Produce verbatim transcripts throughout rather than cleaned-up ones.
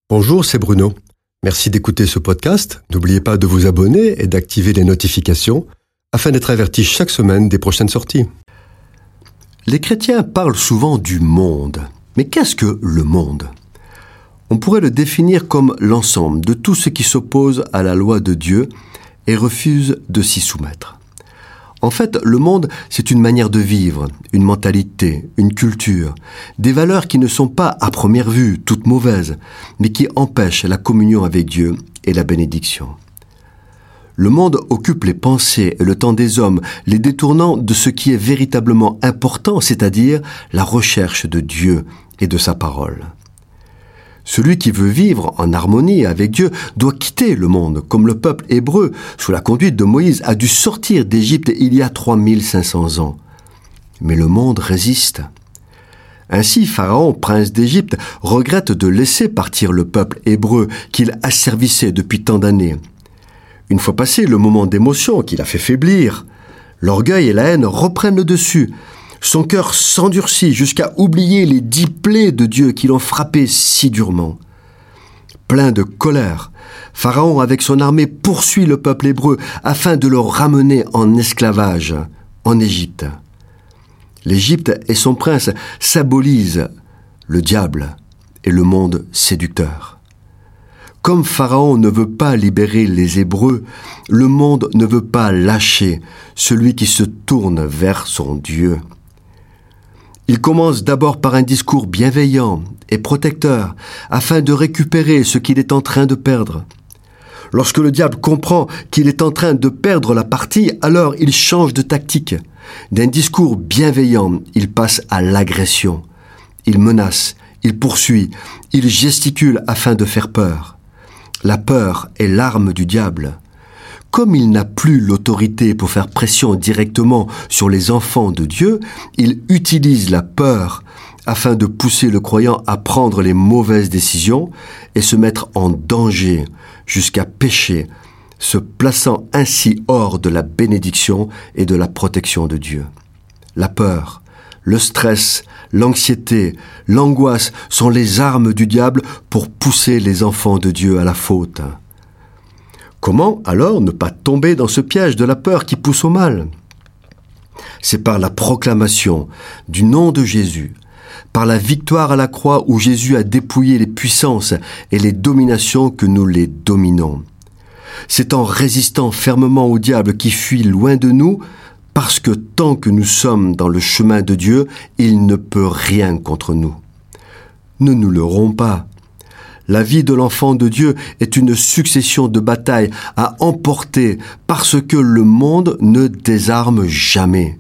Bonjour, c'est Bruno. Merci d'écouter ce podcast. N'oubliez pas de vous abonner et d'activer les notifications afin d'être averti chaque semaine des prochaines sorties. Les chrétiens parlent souvent du monde. Mais qu'est-ce que le monde ? On pourrait le définir comme l'ensemble de tout ce qui s'oppose à la loi de Dieu et refuse de s'y soumettre. En fait, le monde, c'est une manière de vivre, une mentalité, une culture, des valeurs qui ne sont pas, à première vue, toutes mauvaises, mais qui empêchent la communion avec Dieu et la bénédiction. Le monde occupe les pensées et le temps des hommes, les détournant de ce qui est véritablement important, c'est-à-dire la recherche de Dieu et de sa parole. Celui qui veut vivre en harmonie avec Dieu doit quitter le monde, comme le peuple hébreu, sous la conduite de Moïse, a dû sortir d'Égypte il y a trois mille cinq cents ans. Mais le monde résiste. Ainsi, Pharaon, prince d'Égypte, regrette de laisser partir le peuple hébreu qu'il asservissait depuis tant d'années. Une fois passé le moment d'émotion qui l'a fait faiblir, l'orgueil et la haine reprennent le dessus. Son cœur s'endurcit jusqu'à oublier les dix plaies de Dieu qui l'ont frappé si durement. Plein de colère, Pharaon avec son armée poursuit le peuple hébreu afin de le ramener en esclavage en Égypte. L'Égypte et son prince symbolisent le diable et le monde séducteur. Comme Pharaon ne veut pas libérer les Hébreux, le monde ne veut pas lâcher celui qui se tourne vers son Dieu. Il commence d'abord par un discours bienveillant et protecteur, afin de récupérer ce qu'il est en train de perdre. Lorsque le diable comprend qu'il est en train de perdre la partie, alors il change de tactique. D'un discours bienveillant, il passe à l'agression. Il menace, il poursuit, il gesticule afin de faire peur. La peur est l'arme du diable. Comme il n'a plus l'autorité pour faire pression directement sur les enfants de Dieu, il utilise la peur afin de pousser le croyant à prendre les mauvaises décisions et se mettre en danger jusqu'à pécher, se plaçant ainsi hors de la bénédiction et de la protection de Dieu. La peur, le stress, l'anxiété, l'angoisse sont les armes du diable pour pousser les enfants de Dieu à la faute. Comment alors ne pas tomber dans ce piège de la peur qui pousse au mal ? C'est par la proclamation du nom de Jésus, par la victoire à la croix où Jésus a dépouillé les puissances et les dominations que nous les dominons. C'est en résistant fermement au diable qui fuit loin de nous, parce que tant que nous sommes dans le chemin de Dieu, il ne peut rien contre nous. Ne nous leurrons pas. La vie de l'enfant de Dieu est une succession de batailles à emporter parce que le monde ne désarme jamais.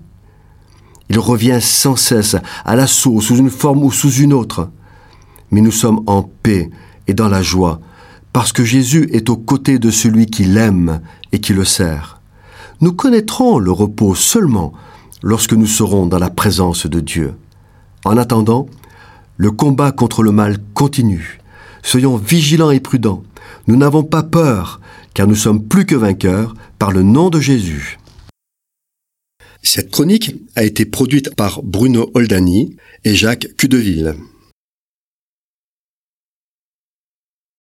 Il revient sans cesse à l'assaut sous une forme ou sous une autre. Mais nous sommes en paix et dans la joie parce que Jésus est aux côtés de celui qui l'aime et qui le sert. Nous connaîtrons le repos seulement lorsque nous serons dans la présence de Dieu. En attendant, le combat contre le mal continue. Soyons vigilants et prudents. Nous n'avons pas peur, car nous sommes plus que vainqueurs par le nom de Jésus. Cette chronique a été produite par Bruno Oldani et Jacques Cudeville.